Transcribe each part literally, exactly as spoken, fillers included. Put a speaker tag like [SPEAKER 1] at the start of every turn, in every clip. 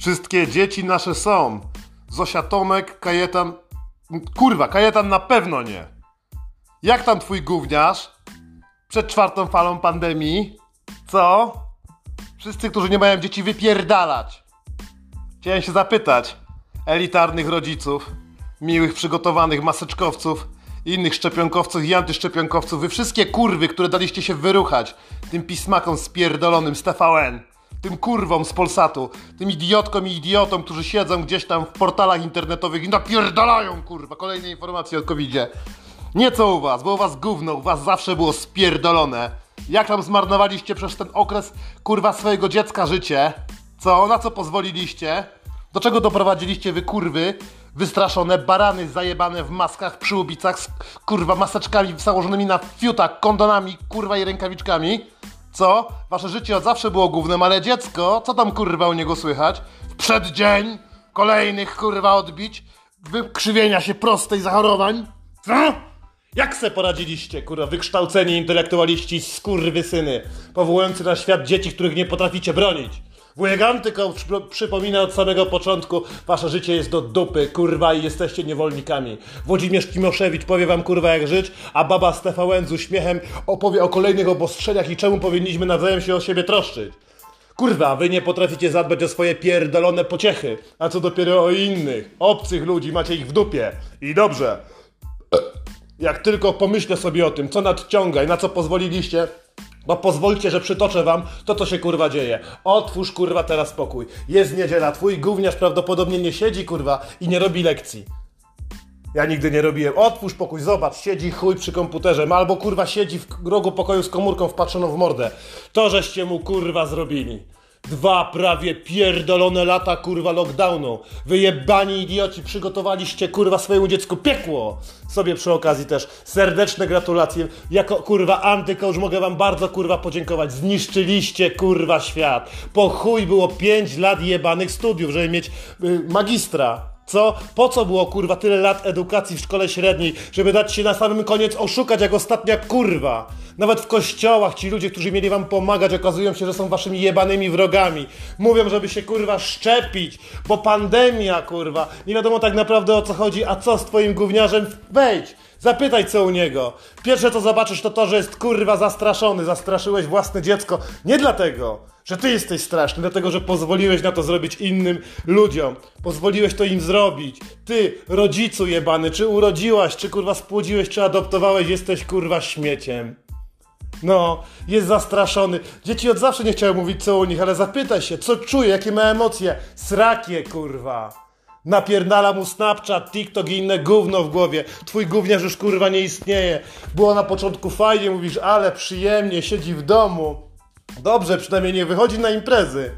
[SPEAKER 1] Wszystkie dzieci nasze są. Zosia, Tomek, Kajetan... Kurwa, Kajetan na pewno nie. Jak tam twój gówniarz? Przed czwartą falą pandemii? Co? Wszyscy, którzy nie mają dzieci, wypierdalać. Chciałem się zapytać elitarnych rodziców, miłych, przygotowanych maseczkowców, innych szczepionkowców i antyszczepionkowców, wy wszystkie kurwy, które daliście się wyruchać tym pismakom spierdolonym z T V N, tym kurwom z Polsatu, tym idiotkom i idiotom, którzy siedzą gdzieś tam w portalach internetowych i napierdalają, kurwa, kolejne informacje o kowidzie. Nie co u was, bo u was gówno, u was zawsze było spierdolone. Jak tam zmarnowaliście przez ten okres, kurwa, swojego dziecka życie? Co? Na co pozwoliliście? Do czego doprowadziliście wy, kurwy? Wystraszone barany zajebane w maskach, przyłbicach, z kurwa maseczkami założonymi na fiutach, kondonami, kurwa i rękawiczkami. Co? Wasze życie od zawsze było gównem, ale dziecko, co tam kurwa u niego słychać? W przeddzień kolejnych kurwa odbić, wykrzywienia się prostej zachorowań. Co? Jak se poradziliście, kurwa, wykształceni intelektualiści, skurwysyny, powołujący na świat dzieci, których nie potraficie bronić? Wujek Antyko przypomina od samego początku, wasze życie jest do dupy, kurwa, i jesteście niewolnikami. Włodzimierz Kimoszewicz powie wam, kurwa, jak żyć, a baba z T V N z uśmiechem opowie o kolejnych obostrzeniach i czemu powinniśmy nawzajem się o siebie troszczyć. Kurwa, wy nie potraficie zadbać o swoje pierdolone pociechy, a co dopiero o innych, obcych ludzi, macie ich w dupie. I dobrze. Jak tylko pomyślę sobie o tym, co nadciąga i na co pozwoliliście, bo pozwólcie, że przytoczę wam to, co się kurwa dzieje. Otwórz kurwa teraz spokój. Jest niedziela, twój gówniarz prawdopodobnie nie siedzi kurwa i nie robi lekcji. Ja nigdy nie robiłem. Otwórz pokój, zobacz, siedzi chuj przy komputerze, albo kurwa siedzi w rogu pokoju z komórką wpatrzoną w mordę. To żeście mu kurwa zrobili. Dwa prawie pierdolone lata kurwa lockdownu. Wyjebani idioci, przygotowaliście kurwa swojemu dziecku piekło. Sobie przy okazji też serdeczne gratulacje. Jako kurwa antycoach mogę wam bardzo kurwa podziękować. Zniszczyliście kurwa świat. Po chuj było pięć lat jebanych studiów, żeby mieć yy, magistra. Co? Po co było kurwa tyle lat edukacji w szkole średniej, żeby dać się na samym koniec oszukać jak ostatnia kurwa? Nawet w kościołach ci ludzie, którzy mieli wam pomagać, okazują się, że są waszymi jebanymi wrogami. Mówią, żeby się kurwa szczepić, bo pandemia kurwa. Nie wiadomo tak naprawdę o co chodzi, a co z twoim gówniarzem? Wejdź! Zapytaj co u niego. Pierwsze co zobaczysz to to, że jest kurwa zastraszony. Zastraszyłeś własne dziecko. Nie dlatego, że ty jesteś straszny, dlatego, że pozwoliłeś na to zrobić innym ludziom. Pozwoliłeś to im zrobić. Ty, rodzicu jebany, czy urodziłaś, czy kurwa spłodziłeś, czy adoptowałeś, jesteś kurwa śmieciem. No, jest zastraszony. Dzieci od zawsze nie chciały mówić co u nich, ale zapytaj się, co czuje, jakie ma emocje. Srakie kurwa. Napierdala mu Snapchat, TikTok i inne gówno w głowie. Twój gówniarz już kurwa nie istnieje. Było na początku fajnie, mówisz, ale przyjemnie, siedzi w domu. Dobrze, przynajmniej nie wychodzi na imprezy.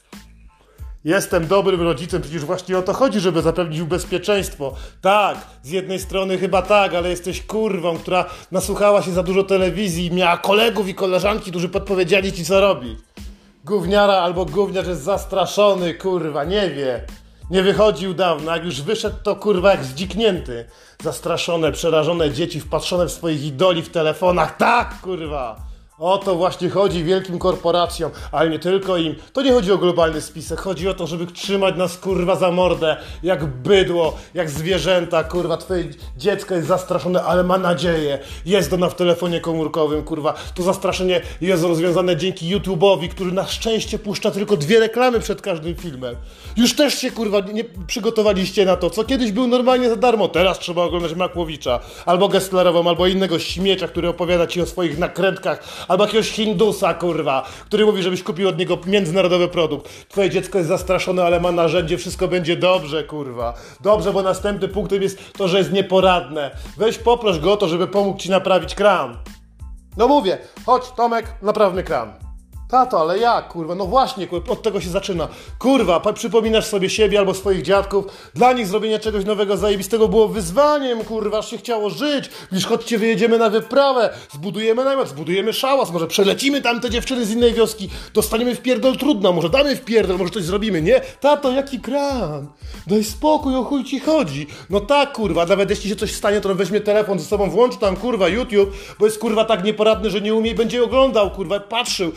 [SPEAKER 1] Jestem dobrym rodzicem, przecież właśnie o to chodzi, żeby zapewnić bezpieczeństwo. Tak, z jednej strony chyba tak, ale jesteś kurwą, która nasłuchała się za dużo telewizji i miała kolegów i koleżanki, którzy podpowiedzieli ci co robić. Gówniara albo gówniarz jest zastraszony, kurwa, nie wie. Nie wychodził dawno, jak już wyszedł to kurwa jak zdziknięty. Zastraszone, przerażone dzieci wpatrzone w swoich idoli w telefonach. Tak kurwa! O to właśnie chodzi wielkim korporacjom, ale nie tylko im. To nie chodzi o globalny spisek, chodzi o to, żeby trzymać nas kurwa za mordę, jak bydło, jak zwierzęta, kurwa, twoje dziecko jest zastraszone, ale ma nadzieję. Jest ona w telefonie komórkowym, kurwa. To zastraszenie jest rozwiązane dzięki YouTube'owi, który na szczęście puszcza tylko dwie reklamy przed każdym filmem. Już też się kurwa nie przygotowaliście na to, co kiedyś był normalnie za darmo. Teraz trzeba oglądać Makłowicza, albo Gesslerową, albo innego śmiecia, który opowiada ci o swoich nakrętkach, albo jakiegoś Hindusa, kurwa, który mówi, żebyś kupił od niego międzynarodowy produkt. Twoje dziecko jest zastraszone, ale ma narzędzie, wszystko będzie dobrze, kurwa. Dobrze, bo następnym punktem jest to, że jest nieporadne. Weź poproś go o to, żeby pomógł ci naprawić kran. No mówię, chodź Tomek, naprawmy kran. Tato, ale jak, kurwa? No właśnie, kurwa, od tego się zaczyna. Kurwa, przypominasz sobie siebie albo swoich dziadków. Dla nich zrobienie czegoś nowego, zajebistego było wyzwaniem, kurwa, aż się chciało żyć. Wiesz, chodźcie, wyjedziemy na wyprawę, zbudujemy namiot, zbudujemy szałas, może przelecimy tam te dziewczyny z innej wioski, dostaniemy w pierdol trudno, może damy w pierdol, może coś zrobimy, nie? Tato, jaki kran? Daj spokój, o chuj ci chodzi. No tak, kurwa, nawet jeśli się coś stanie, to on weźmie telefon ze sobą, włączy tam, kurwa, YouTube, bo jest, kurwa, tak nieporadny, że nie umie i będzie oglądał, kurwa, patrzył, co robi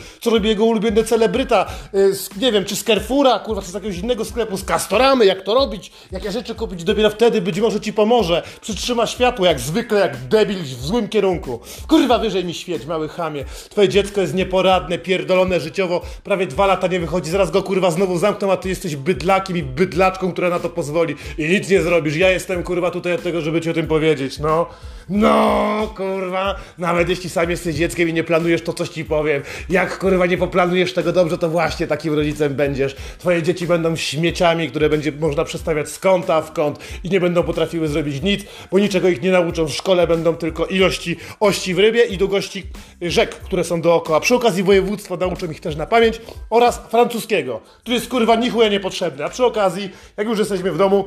[SPEAKER 1] lubi jego ulubiony celebryta, y, z, nie wiem, czy z Carrefoura, kurwa, czy z jakiegoś innego sklepu, z Castoramy, jak to robić, jakie rzeczy kupić, dopiero wtedy być może ci pomoże. Przytrzyma światło, jak zwykle, jak debil w złym kierunku. Kurwa, wyżej mi świeć, mały chamie. Twoje dziecko jest nieporadne, pierdolone życiowo, prawie dwa lata nie wychodzi, zaraz go kurwa znowu zamkną, a ty jesteś bydlakiem i bydlaczką, która na to pozwoli. I nic nie zrobisz. Ja jestem kurwa tutaj od tego, żeby ci o tym powiedzieć, no. No, kurwa, nawet jeśli sam jesteś dzieckiem i nie planujesz, to coś ci powiem. Jak kurwa nie poplanujesz tego dobrze, to właśnie takim rodzicem będziesz. Twoje dzieci będą śmieciami, które będzie można przestawiać z kąta w kąt i nie będą potrafiły zrobić nic, bo niczego ich nie nauczą. W szkole będą tylko ilości ości w rybie i długości rzek, które są dookoła. Przy okazji województwo nauczą ich też na pamięć oraz francuskiego, który jest kurwa ni chuja niepotrzebny. A przy okazji, jak już jesteśmy w domu,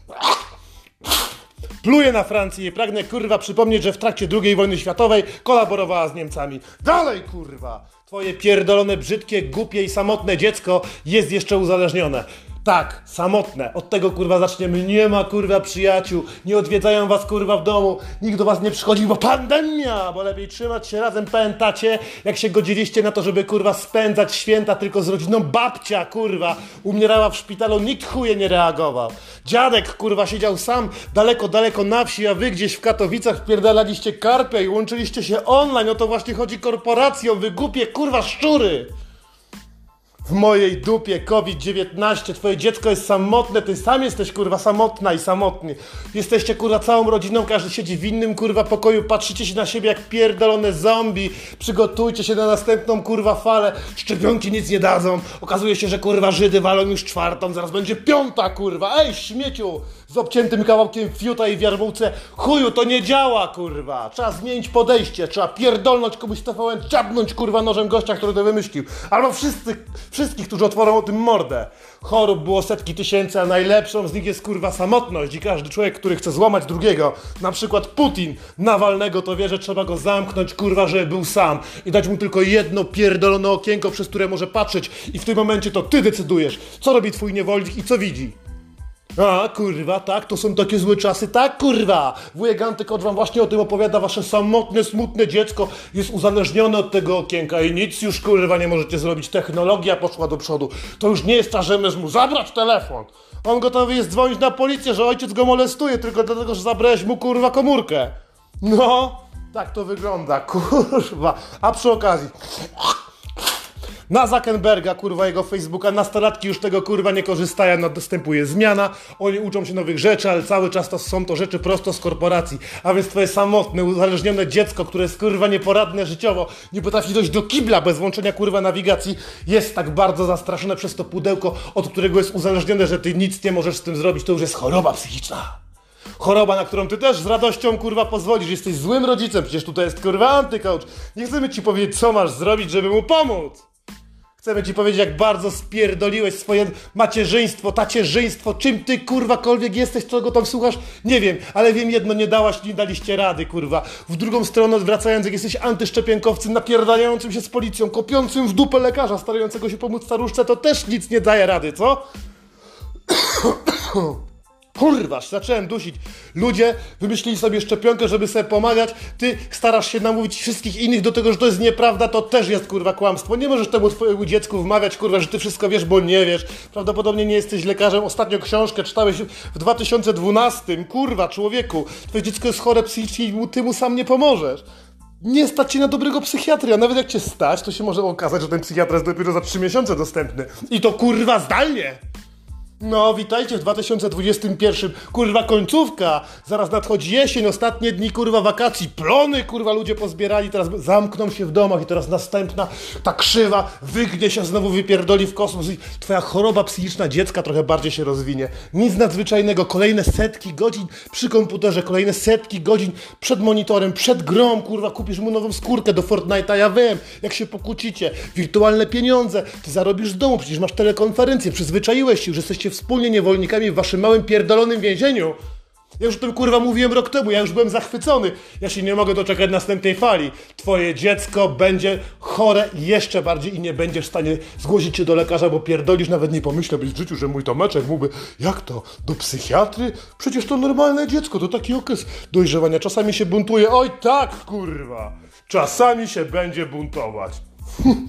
[SPEAKER 1] pluję na Francję i pragnę kurwa przypomnieć, że w trakcie drugiej wojny światowej kolaborowała z Niemcami. Dalej kurwa! Twoje pierdolone, brzydkie, głupie i samotne dziecko jest jeszcze uzależnione. Tak, samotne. Od tego kurwa zaczniemy. Nie ma kurwa przyjaciół. Nie odwiedzają was kurwa w domu. Nikt do was nie przychodzi, bo pandemia! Bo lepiej trzymać się razem, pamiętacie? Jak się godziliście na to, żeby kurwa spędzać święta tylko z rodziną. Babcia kurwa umierała w szpitalu, nikt chuje nie reagował. Dziadek kurwa siedział sam daleko, daleko na wsi, a wy gdzieś w Katowicach wpierdalaliście karpia i łączyliście się online. O to właśnie chodzi korporacją, wy głupie kurwa szczury! W mojej dupie COVID dziewiętnaście, twoje dziecko jest samotne, ty sam jesteś kurwa samotna i samotny. Jesteście kurwa całą rodziną, każdy siedzi w innym kurwa pokoju, patrzycie się na siebie jak pierdolone zombie. Przygotujcie się na następną kurwa falę, szczepionki nic nie dadzą. Okazuje się, że kurwa Żydy walą już czwartą, zaraz będzie piąta kurwa. Ej śmieciu, z obciętym kawałkiem fiuta i w jarmułce, chuju to nie działa kurwa. Trzeba zmienić podejście, trzeba pierdolnąć komuś T V N, czapnąć kurwa nożem gościa, który to wymyślił. Albo wszyscy... Wszystkich, którzy otworzą o tym mordę. Chorób było setki tysięcy, a najlepszą z nich jest kurwa samotność i każdy człowiek, który chce złamać drugiego, na przykład Putin, Nawalnego, to wie, że trzeba go zamknąć kurwa, żeby był sam i dać mu tylko jedno pierdolone okienko, przez które może patrzeć i w tym momencie to ty decydujesz, co robi twój niewolnik i co widzi. A, kurwa, tak, to są takie złe czasy, tak, kurwa! Wujek Antykocz wam właśnie o tym opowiada, wasze samotne, smutne dziecko jest uzależnione od tego okienka i nic już, kurwa, nie możecie zrobić. Technologia poszła do przodu. To już nie jest czas, żeby mu zabrać telefon. On gotowy jest dzwonić na policję, że ojciec go molestuje tylko dlatego, że zabrałeś mu, kurwa, komórkę. No, tak to wygląda, kurwa. A przy okazji... Na Zuckerberga, kurwa, jego Facebooka, nastolatki już tego, kurwa, nie korzystają, następuje zmiana, oni uczą się nowych rzeczy, ale cały czas to są to rzeczy prosto z korporacji, a więc twoje samotne, uzależnione dziecko, które jest, kurwa, nieporadne życiowo, nie potrafi dojść do kibla bez włączenia, kurwa, nawigacji, jest tak bardzo zastraszone przez to pudełko, od którego jest uzależnione, że ty nic nie możesz z tym zrobić, to już jest choroba psychiczna. Choroba, na którą ty też z radością, kurwa, pozwolisz, jesteś złym rodzicem, przecież tutaj jest, kurwa, Antykocz, nie chcemy ci powiedzieć, co masz zrobić, żeby mu pomóc. Chcemy ci powiedzieć, jak bardzo spierdoliłeś swoje macierzyństwo, tacierzyństwo, czym ty, kurwakolwiek jesteś, czego tam słuchasz, nie wiem, ale wiem jedno, nie dałaś, nie daliście rady, kurwa. W drugą stronę wracając, jak jesteś antyszczepionkowcem, napierdalającym się z policją, kopiącym w dupę lekarza, starającego się pomóc staruszce, to też nic nie daje rady, co? Kurwa, zacząłem dusić. Ludzie wymyślili sobie szczepionkę, żeby sobie pomagać. Ty starasz się namówić wszystkich innych do tego, że to jest nieprawda, to też jest, kurwa, kłamstwo. Nie możesz temu twojemu dziecku wmawiać, kurwa, że ty wszystko wiesz, bo nie wiesz. Prawdopodobnie nie jesteś lekarzem. Ostatnio książkę czytałeś w dwa tysiące dwunastym. Kurwa, człowieku. Twoje dziecko jest chore psychicznie i ty mu sam nie pomożesz. Nie stać ci na dobrego psychiatry, a nawet jak cię stać, to się może okazać, że ten psychiatra jest dopiero za trzy miesiące dostępny. I to, kurwa, zdalnie. No, witajcie w dwa tysiące dwudziestym pierwszym, kurwa, końcówka, zaraz nadchodzi jesień, ostatnie dni, kurwa, wakacji, plony, kurwa, ludzie pozbierali, teraz zamkną się w domach i teraz następna, ta krzywa wygnie się, znowu wypierdoli w kosmos i twoja choroba psychiczna dziecka trochę bardziej się rozwinie. Nic nadzwyczajnego, kolejne setki godzin przy komputerze, kolejne setki godzin przed monitorem, przed grą, kurwa, kupisz mu nową skórkę do Fortnite'a, ja wiem, jak się pokłócicie, wirtualne pieniądze, ty zarobisz z domu, przecież masz telekonferencję, przyzwyczaiłeś się, już jesteście wspólnie niewolnikami w waszym małym pierdolonym więzieniu. Ja już o tym, kurwa, mówiłem rok temu, ja już byłem zachwycony. Ja się nie mogę doczekać następnej fali. Twoje dziecko będzie chore jeszcze bardziej i nie będziesz w stanie zgłosić się do lekarza, bo pierdolisz, nawet nie pomyślałbyś w życiu, że mój Tomeczek mógłby, jak to, do psychiatry? Przecież to normalne dziecko, to taki okres dojrzewania. Czasami się buntuje, oj tak, kurwa, czasami się będzie buntować.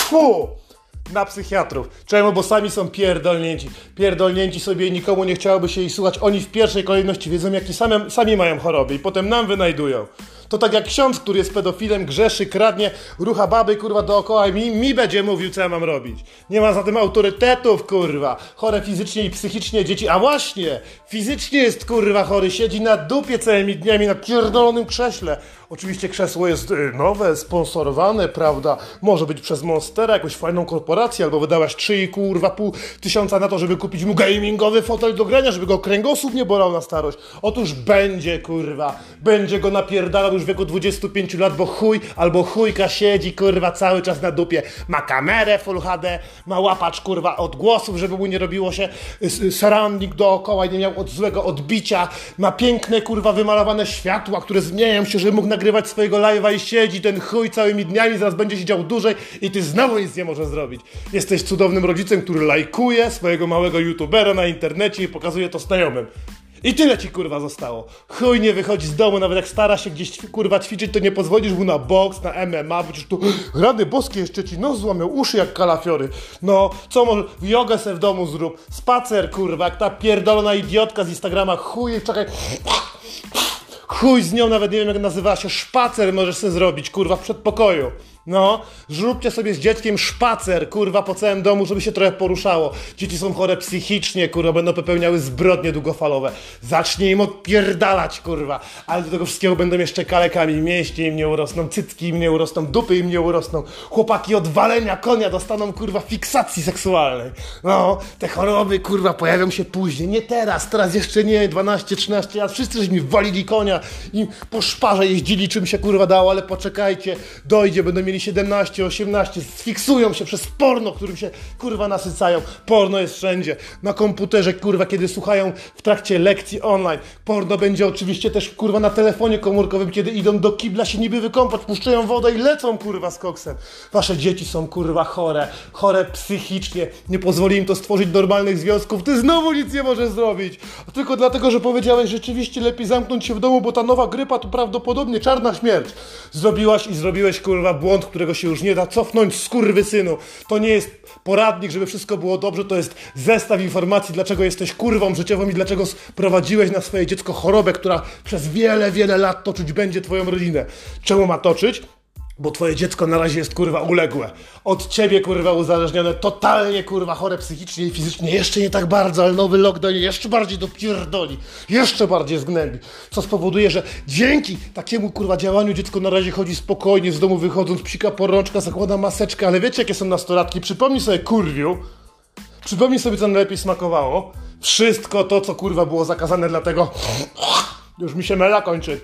[SPEAKER 1] Fu! Na psychiatrów. Czemu? Bo sami są pierdolnięci. Pierdolnięci sobie i nikomu nie chciałoby się ich słuchać. Oni w pierwszej kolejności wiedzą, jakie sami, sami mają choroby i potem nam wynajdują. To tak jak ksiądz, który jest pedofilem, grzeszy, kradnie, rucha baby, kurwa, dookoła i mi, mi będzie mówił, co ja mam robić. Nie ma zatem autorytetów, kurwa. Chore fizycznie i psychicznie dzieci. A właśnie, fizycznie jest, kurwa, chory. Siedzi na dupie całymi dniami na pierdolonym krześle. Oczywiście krzesło jest y, nowe, sponsorowane, prawda? Może być przez Monstera, jakąś fajną korporację, albo wydałaś trzy i kurwa pół tysiąca na to, żeby kupić mu gamingowy fotel do grania, żeby go kręgosłup nie bolał na starość. Otóż będzie, kurwa, będzie go napierdalał już w wieku dwudziestu pięciu lat, bo chuj albo chujka siedzi, kurwa, cały czas na dupie. Ma kamerę Full H D, ma łapacz, kurwa, odgłosów, żeby mu nie robiło się y, surrounding dookoła i nie miał od złego odbicia. Ma piękne, kurwa, wymalowane światła, które zmieniają się, żeby mógł nagrywać swojego live'a i siedzi ten chuj całymi dniami, zaraz będzie siedział dłużej i ty znowu nic nie możesz zrobić. Jesteś cudownym rodzicem, który lajkuje swojego małego youtubera na internecie i pokazuje to znajomym. I tyle ci, kurwa, zostało. Chuj nie wychodzi z domu, nawet jak stara się gdzieś, kurwa, ćwiczyć, to nie pozwolisz mu na boks, na M M A, bo przecież tu rany boskie jeszcze ci nos złamią, uszy jak kalafiory. No, co może, jogę se w domu zrób, spacer, kurwa, jak ta pierdolona idiotka z Instagrama, chuj, czekaj... Chuj z nią, nawet nie wiem jak nazywa się, szpacer możesz sobie zrobić, kurwa, w przedpokoju. No, zróbcie sobie z dzieckiem szpacer, kurwa, po całym domu, żeby się trochę poruszało. Dzieci są chore psychicznie, kurwa, będą popełniały zbrodnie długofalowe. Zacznij im odpierdalać, kurwa. Ale do tego wszystkiego będą jeszcze kalekami. Mięśnie im nie urosną, cycki im nie urosną, dupy im nie urosną. Chłopaki od walenia konia dostaną, kurwa, fiksacji seksualnej. No, te choroby, kurwa, pojawią się później. Nie teraz, teraz jeszcze nie, dwanaście trzynaście lat. Wszyscy żeśmy walili konia i po szparze jeździli, czym się, kurwa, dało, ale poczekajcie, dojdzie, będą mieli siedemnaście, osiemnaście, sfiksują się przez porno, którym się, kurwa, nasycają. Porno jest wszędzie. Na komputerze, kurwa, kiedy słuchają w trakcie lekcji online. Porno będzie oczywiście też, kurwa, na telefonie komórkowym, kiedy idą do kibla się niby wykąpać, puszczają wodę i lecą, kurwa, z koksem. Wasze dzieci są, kurwa, chore. Chore psychicznie. Nie pozwoli im to stworzyć normalnych związków. Ty znowu nic nie możesz zrobić. A tylko dlatego, że powiedziałeś, rzeczywiście lepiej zamknąć się w domu, bo ta nowa grypa to prawdopodobnie czarna śmierć. Zrobiłaś i zrobiłeś, kurwa, błąd, którego się już nie da cofnąć, skurwysynu. To nie jest poradnik, żeby wszystko było dobrze, to jest zestaw informacji, dlaczego jesteś kurwą życiową i dlaczego sprowadziłeś na swoje dziecko chorobę, która przez wiele, wiele lat toczyć będzie twoją rodzinę. Czemu ma toczyć? Bo twoje dziecko na razie jest, kurwa, uległe. Od ciebie, kurwa, uzależnione, totalnie, kurwa, chore psychicznie i fizycznie. Jeszcze nie tak bardzo, ale nowy lockdown jeszcze bardziej dopierdoli. Jeszcze bardziej zgnębi. Co spowoduje, że dzięki takiemu, kurwa, działaniu dziecko na razie chodzi spokojnie, z domu wychodząc, psika porączka, zakłada maseczkę, ale wiecie, jakie są nastolatki? Przypomnij sobie, kurwiu, przypomnij sobie, co najlepiej smakowało. Wszystko to, co, kurwa, było zakazane, dlatego już mi się mela kończy.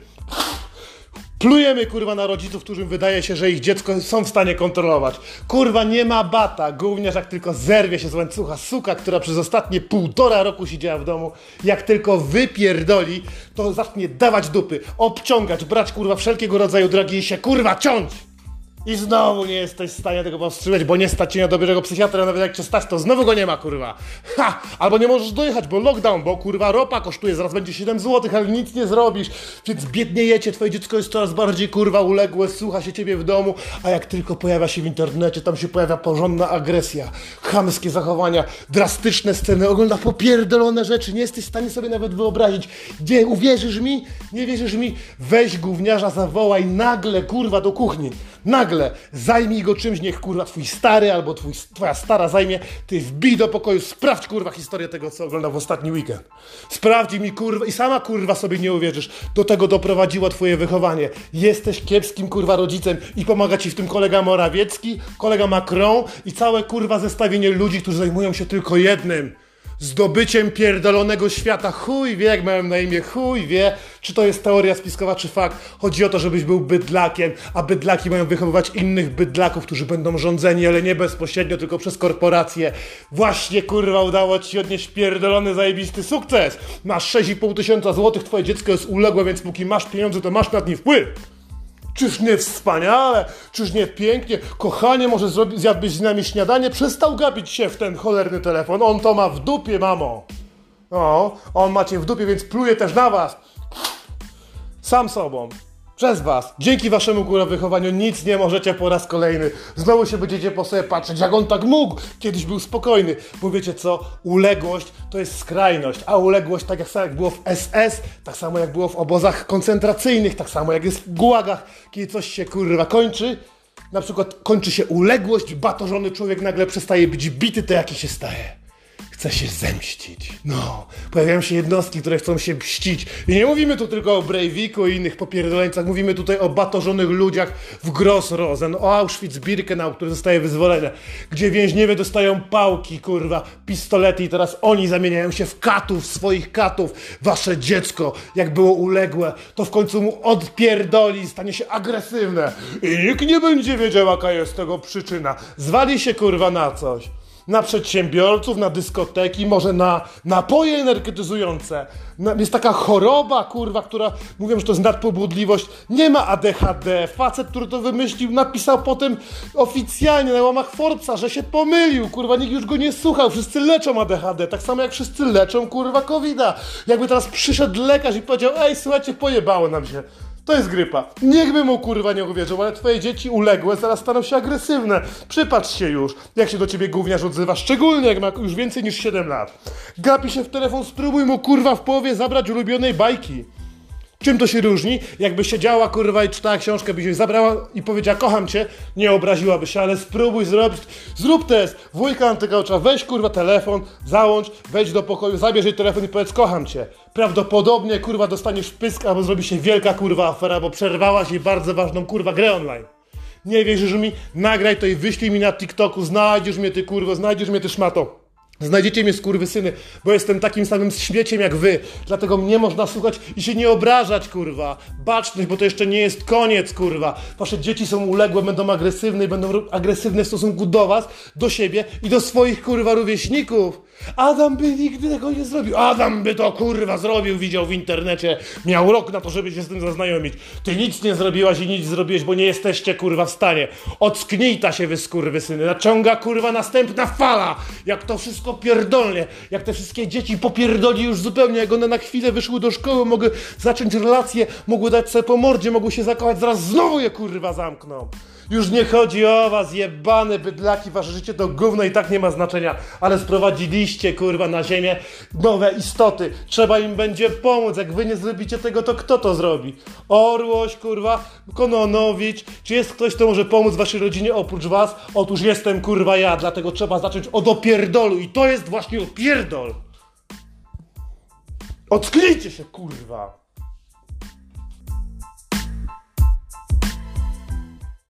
[SPEAKER 1] Plujemy, kurwa, na rodziców, którym wydaje się, że ich dziecko są w stanie kontrolować. Kurwa, nie ma bata. Gówniarz jak tylko zerwie się z łańcucha. Suka, która przez ostatnie półtora roku siedziała w domu, jak tylko wypierdoli, to zacznie dawać dupy, obciągać, brać, kurwa, wszelkiego rodzaju drogi i się, kurwa, ciąć. I znowu nie jesteś w stanie tego powstrzymać, bo nie stać cię na dobrego psychiatra, nawet jak cię stać, to znowu go nie ma, kurwa. Ha! Albo nie możesz dojechać, bo lockdown, bo, kurwa, ropa kosztuje, zaraz będzie siedem złotych, ale nic nie zrobisz. Więc biedniejecie, twoje dziecko jest coraz bardziej, kurwa, uległe, słucha się ciebie w domu, a jak tylko pojawia się w internecie, tam się pojawia porządna agresja, chamskie zachowania, drastyczne sceny, ogląda popierdolone rzeczy, nie jesteś w stanie sobie nawet wyobrazić. Gdzie, uwierzysz mi? Nie wierzysz mi? Weź gówniarza, zawołaj nagle, kurwa, do kuchni. Nagle zajmij go czymś, niech, kurwa, twój stary albo twój, twoja stara zajmie, ty wbij do pokoju, sprawdź, kurwa, historię tego, co oglądał w ostatni weekend. Sprawdź mi, kurwa, i sama, kurwa, sobie nie uwierzysz. Do tego doprowadziło twoje wychowanie. Jesteś kiepskim, kurwa, rodzicem i pomaga ci w tym kolega Morawiecki, kolega Macron i całe, kurwa, zestawienie ludzi, którzy zajmują się tylko jednym. Zdobyciem pierdolonego świata. Chuj wie, jak miałem na imię, chuj wie, czy to jest teoria spiskowa, czy fakt. Chodzi o to, żebyś był bydlakiem, a bydlaki mają wychowywać innych bydlaków, którzy będą rządzeni, ale nie bezpośrednio, tylko przez korporacje. Właśnie, kurwa, udało ci się odnieść pierdolony, zajebisty sukces. Masz sześć i pół tysiąca złotych, twoje dziecko jest uległe, więc póki masz pieniądze, to masz nad nim wpływ. Czyż nie wspaniale? Czyż nie pięknie? Kochanie, może zrobi, zjadłbyś z nami śniadanie? Przestał gapić się w ten cholerny telefon. On to ma w dupie, mamo. O, on macie w dupie, więc pluje też na was. Sam sobą. Przez was, dzięki waszemu kurwa wychowaniu nic nie możecie po raz kolejny. Znowu się będziecie po sobie patrzeć, jak on tak mógł. Kiedyś był spokojny. Bo wiecie co? Uległość to jest skrajność. A uległość, tak jak, jak było w S S, tak samo jak było w obozach koncentracyjnych, tak samo jak jest w gułagach, kiedy coś się kurwa kończy. Na przykład kończy się uległość, batorzony człowiek nagle przestaje być bity, to jaki się staje? Chce się zemścić. No, pojawiają się jednostki, które chcą się mścić. I nie mówimy tu tylko o Breiviku i innych popierdoleńcach, mówimy tutaj o batorzonych ludziach w Gross-Rosen, o Auschwitz-Birkenau, który zostaje wyzwolony, gdzie więźniowie dostają pałki, kurwa, pistolety i teraz oni zamieniają się w katów, swoich katów. Wasze dziecko, jak było uległe, to w końcu mu odpierdoli, stanie się agresywne i nikt nie będzie wiedział, jaka jest tego przyczyna. Zwali się, kurwa, na coś. Na przedsiębiorców, na dyskoteki, może na napoje energetyzujące. Na, jest taka choroba, kurwa, która, mówią, że to jest nadpobudliwość. Nie ma A D H D. Facet, który to wymyślił, napisał potem oficjalnie na łamach Forbesa, że się pomylił, kurwa, nikt już go nie słuchał. Wszyscy leczą A D H D, tak samo jak wszyscy leczą, kurwa, kowida. Jakby teraz przyszedł lekarz i powiedział, ej, słuchajcie, pojebało nam się. To jest grypa. Niech by mu kurwa nie uwierzył, ale twoje dzieci uległe zaraz staną się agresywne. Przypatrz się już, jak się do ciebie gówniarz odzywa, szczególnie jak ma już więcej niż siedem lat. Gapi się w telefon, spróbuj mu kurwa w połowie zabrać ulubionej bajki. Czym to się różni? Jakby siedziała kurwa i czytała książkę, byś jej zabrała i powiedziała kocham cię, nie obraziłaby się, ale spróbuj zrobić, zrób test, wujka antykaucza, weź kurwa telefon, załącz, wejdź do pokoju, zabierz jej telefon i powiedz kocham cię. Prawdopodobnie kurwa dostaniesz pysk albo zrobi się wielka kurwa afera, bo przerwałaś jej bardzo ważną kurwa grę online. Nie wierzysz mi? Nagraj to i wyślij mi na TikToku, znajdziesz mnie ty kurwo, znajdziesz mnie ty szmato. Znajdziecie mnie skurwysyny, bo jestem takim samym śmieciem jak wy. Dlatego mnie można słuchać i się nie obrażać, kurwa. Baczność, bo to jeszcze nie jest koniec, kurwa. Wasze dzieci są uległe, będą agresywne i będą agresywne w stosunku do was, do siebie i do swoich, kurwa, rówieśników. Adam by nigdy tego nie zrobił. Adam by to, kurwa, zrobił, widział w internecie. Miał rok na to, żeby się z tym zaznajomić. Ty nic nie zrobiłaś i nic zrobiłeś, bo nie jesteście, kurwa, w stanie. Ocknijta się wy, skurwysyny. Naciąga, kurwa, następna fala. Jak to wszystko pierdolnie. Jak te wszystkie dzieci popierdoli już zupełnie. Jak one na chwilę wyszły do szkoły, mogły zacząć relacje, mogły dać sobie po mordzie, mogły się zakochać, zaraz znowu je, kurwa, zamkną. Już nie chodzi o was, jebane bydlaki, wasze życie to gówno i tak nie ma znaczenia, ale sprowadziliście, kurwa, na ziemię nowe istoty. Trzeba im będzie pomóc, jak wy nie zrobicie tego, to kto to zrobi? Orłoś, kurwa, Kononowicz, czy jest ktoś, kto może pomóc waszej rodzinie oprócz was? Otóż jestem, kurwa, ja, dlatego trzeba zacząć od opierdolu i to jest właśnie opierdol. Ocknijcie się, kurwa.